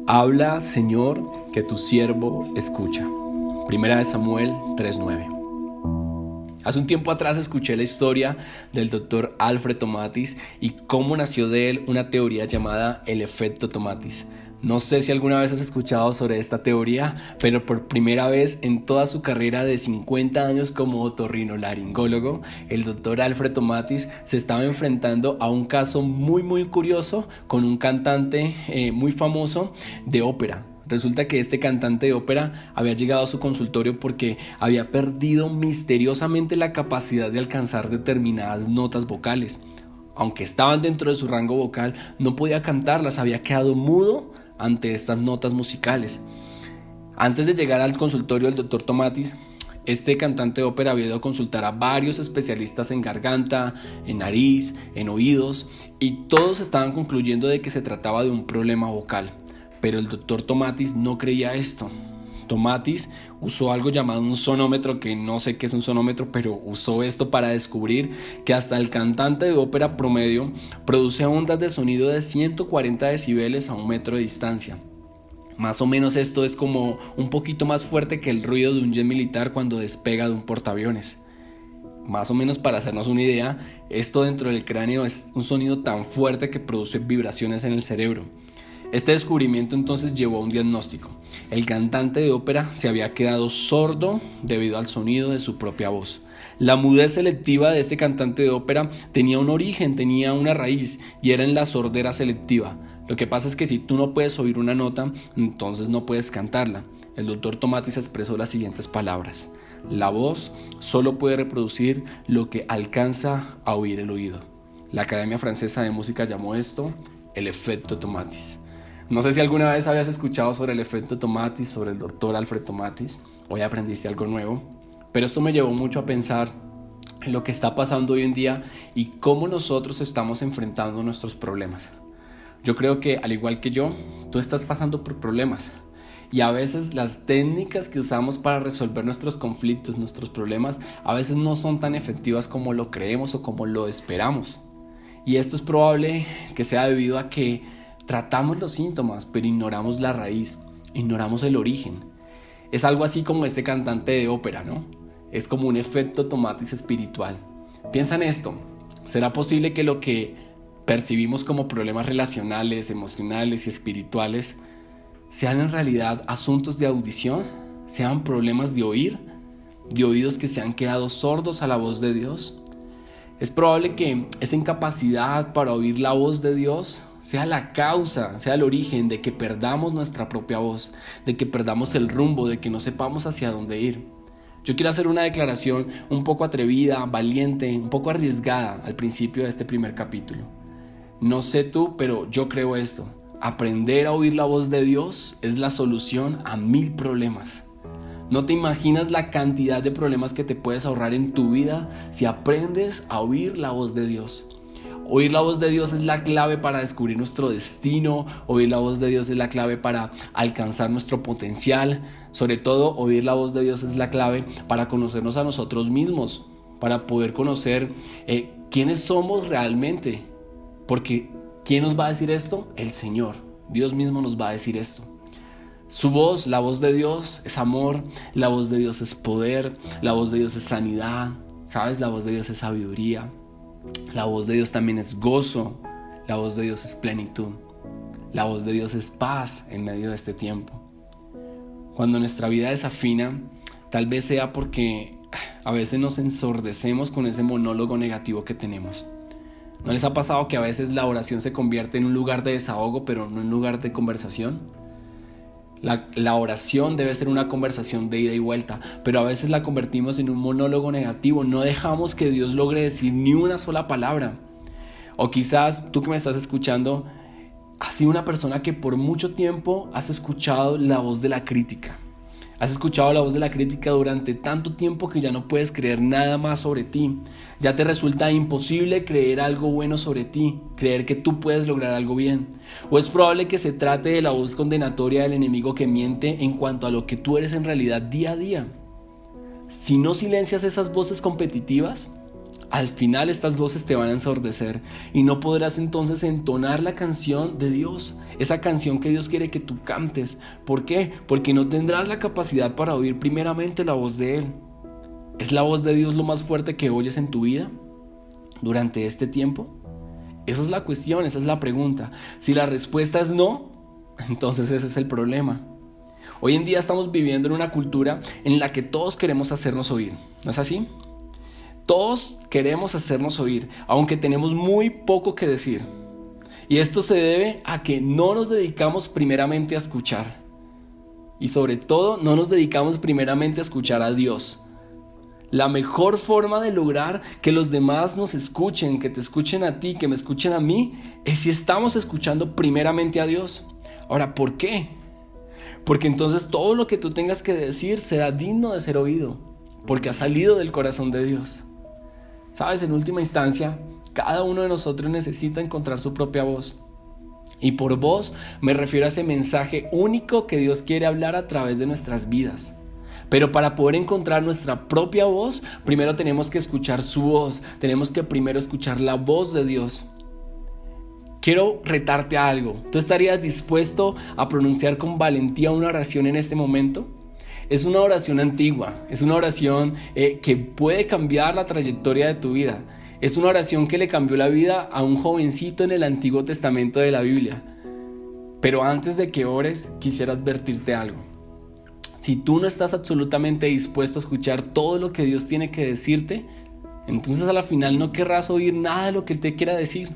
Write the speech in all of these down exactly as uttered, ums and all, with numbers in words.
Habla, Señor, que tu siervo escucha. Primera de Samuel tres nueve. Hace un tiempo atrás escuché la historia del doctor Alfred Tomatis y cómo nació de él una teoría llamada el efecto Tomatis. No sé si alguna vez has escuchado sobre esta teoría, pero por primera vez en toda su carrera de cincuenta años como otorrinolaringólogo, el doctor Alfred Tomatis se estaba enfrentando a un caso muy muy curioso con un cantante eh, muy famoso de ópera. Resulta que este cantante de ópera había llegado a su consultorio porque había perdido misteriosamente la capacidad de alcanzar determinadas notas vocales. Aunque estaban dentro de su rango vocal, no podía cantarlas, había quedado mudo ante estas notas musicales. Antes de llegar al consultorio del doctor Tomatis, este cantante de ópera había ido a consultar a varios especialistas en garganta, en nariz, en oídos, y todos estaban concluyendo de que se trataba de un problema vocal. Pero el doctor Tomatis no creía esto. Tomatis usó algo llamado un sonómetro, que no sé qué es un sonómetro, pero usó esto para descubrir que hasta el cantante de ópera promedio produce ondas de sonido de ciento cuarenta decibeles a un metro de distancia. Más o menos esto es como un poquito más fuerte que el ruido de un jet militar cuando despega de un portaaviones. Más o menos para hacernos una idea, esto dentro del cráneo es un sonido tan fuerte que produce vibraciones en el cerebro. Este descubrimiento entonces llevó a un diagnóstico. El cantante de ópera se había quedado sordo debido al sonido de su propia voz. La mudez selectiva de este cantante de ópera tenía un origen, tenía una raíz, y era en la sordera selectiva. Lo que pasa es que si tú no puedes oír una nota, entonces no puedes cantarla. El doctor Tomatis expresó las siguientes palabras: la voz solo puede reproducir lo que alcanza a oír el oído. La Academia Francesa de Música llamó esto el efecto Tomatis. No sé si alguna vez habías escuchado sobre el efecto Tomatis, sobre el doctor Alfred Tomatis. Hoy aprendiste algo nuevo, pero esto me llevó mucho a pensar en lo que está pasando hoy en día y cómo nosotros estamos enfrentando nuestros problemas. Yo creo que, al igual que yo, tú estás pasando por problemas, y a veces las técnicas que usamos para resolver nuestros conflictos, nuestros problemas, a veces no son tan efectivas como lo creemos o como lo esperamos. Y esto es probable que sea debido a que tratamos los síntomas, pero ignoramos la raíz, ignoramos el origen. Es algo así como este cantante de ópera, ¿no? Es como un efecto Tomatis espiritual. Piensa en esto: ¿será posible que lo que percibimos como problemas relacionales, emocionales y espirituales sean en realidad asuntos de audición? ¿Sean problemas de oír? ¿De oídos que se han quedado sordos a la voz de Dios? Es probable que esa incapacidad para oír la voz de Dios sea la causa, sea el origen de que perdamos nuestra propia voz, de que perdamos el rumbo, de que no sepamos hacia dónde ir. Yo quiero hacer una declaración un poco atrevida, valiente, un poco arriesgada al principio de este primer capítulo. No sé tú, pero yo creo esto: aprender a oír la voz de Dios es la solución a mil problemas. No te imaginas la cantidad de problemas que te puedes ahorrar en tu vida si aprendes a oír la voz de Dios. Oír la voz de Dios es la clave para descubrir nuestro destino. Oír la voz de Dios es la clave para alcanzar nuestro potencial. Sobre todo, oír la voz de Dios es la clave para conocernos a nosotros mismos, para poder conocer eh, quiénes somos realmente. Porque ¿quién nos va a decir esto? El Señor. Dios mismo nos va a decir esto. Su voz, la voz de Dios, es amor. La voz de Dios es poder. La voz de Dios es sanidad. ¿Sabes? La voz de Dios es sabiduría. La voz de Dios también es gozo. La voz de Dios es plenitud. La voz de Dios es paz en medio de este tiempo. Cuando nuestra vida desafina, tal vez sea porque a veces nos ensordecemos con ese monólogo negativo que tenemos. ¿No les ha pasado que a veces la oración se convierte en un lugar de desahogo, pero no en un lugar de conversación? La, la oración debe ser una conversación de ida y vuelta, pero a veces la convertimos en un monólogo negativo. No dejamos que Dios logre decir ni una sola palabra. O quizás tú que me estás escuchando has sido una persona que por mucho tiempo has escuchado la voz de la crítica. Has escuchado la voz de la crítica durante tanto tiempo que ya no puedes creer nada más sobre ti. Ya te resulta imposible creer algo bueno sobre ti, creer que tú puedes lograr algo bien. O es probable que se trate de la voz condenatoria del enemigo que miente en cuanto a lo que tú eres en realidad día a día. Si no silencias esas voces competitivas, al final estas voces te van a ensordecer y no podrás entonces entonar la canción de Dios, esa canción que Dios quiere que tú cantes. ¿Por qué? Porque no tendrás la capacidad para oír primeramente la voz de Él. ¿Es la voz de Dios lo más fuerte que oyes en tu vida durante este tiempo? Esa es la cuestión, esa es la pregunta. Si la respuesta es no, entonces ese es el problema. Hoy en día estamos viviendo en una cultura en la que todos queremos hacernos oír, ¿no es así? Todos queremos hacernos oír, aunque tenemos muy poco que decir. Y esto se debe a que no nos dedicamos primeramente a escuchar. Y sobre todo, no nos dedicamos primeramente a escuchar a Dios. La mejor forma de lograr que los demás nos escuchen, que te escuchen a ti, que me escuchen a mí, es si estamos escuchando primeramente a Dios. Ahora, ¿por qué? Porque entonces todo lo que tú tengas que decir será digno de ser oído, porque ha salido del corazón de Dios. Sabes, en última instancia, cada uno de nosotros necesita encontrar su propia voz. Y por voz me refiero a ese mensaje único que Dios quiere hablar a través de nuestras vidas. Pero para poder encontrar nuestra propia voz, primero tenemos que escuchar su voz, tenemos que primero escuchar la voz de Dios. Quiero retarte a algo. ¿Tú estarías dispuesto a pronunciar con valentía una oración en este momento? Es una oración antigua, es una oración eh, que puede cambiar la trayectoria de tu vida. Es una oración que le cambió la vida a un jovencito en el Antiguo Testamento de la Biblia. Pero antes de que ores, quisiera advertirte algo. Si tú no estás absolutamente dispuesto a escuchar todo lo que Dios tiene que decirte, entonces a la final no querrás oír nada de lo que Él te quiera decir.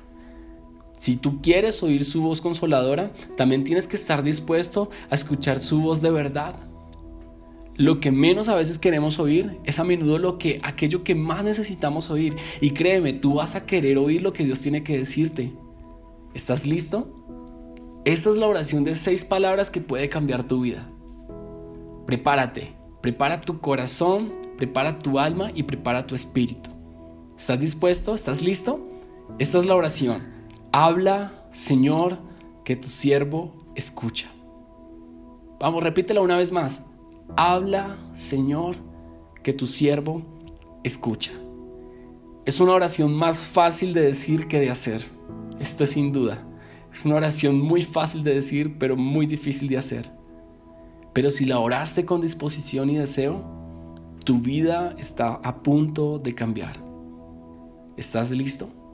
Si tú quieres oír su voz consoladora, también tienes que estar dispuesto a escuchar su voz de verdad. Lo que menos a veces queremos oír es a menudo lo que, aquello que más necesitamos oír. Y créeme, tú vas a querer oír lo que Dios tiene que decirte. ¿Estás listo? Esta es la oración de seis palabras que puede cambiar tu vida. Prepárate, prepara tu corazón, prepara tu alma y prepara tu espíritu. ¿Estás dispuesto? ¿Estás listo? Esta es la oración. Habla, Señor, que tu siervo escucha. Vamos, repítela una vez más. Habla, Señor, que tu siervo escucha. Es una oración más fácil de decir que de hacer. Esto es sin duda. Es una oración muy fácil de decir, pero muy difícil de hacer. Pero si la oraste con disposición y deseo, tu vida está a punto de cambiar. ¿Estás listo?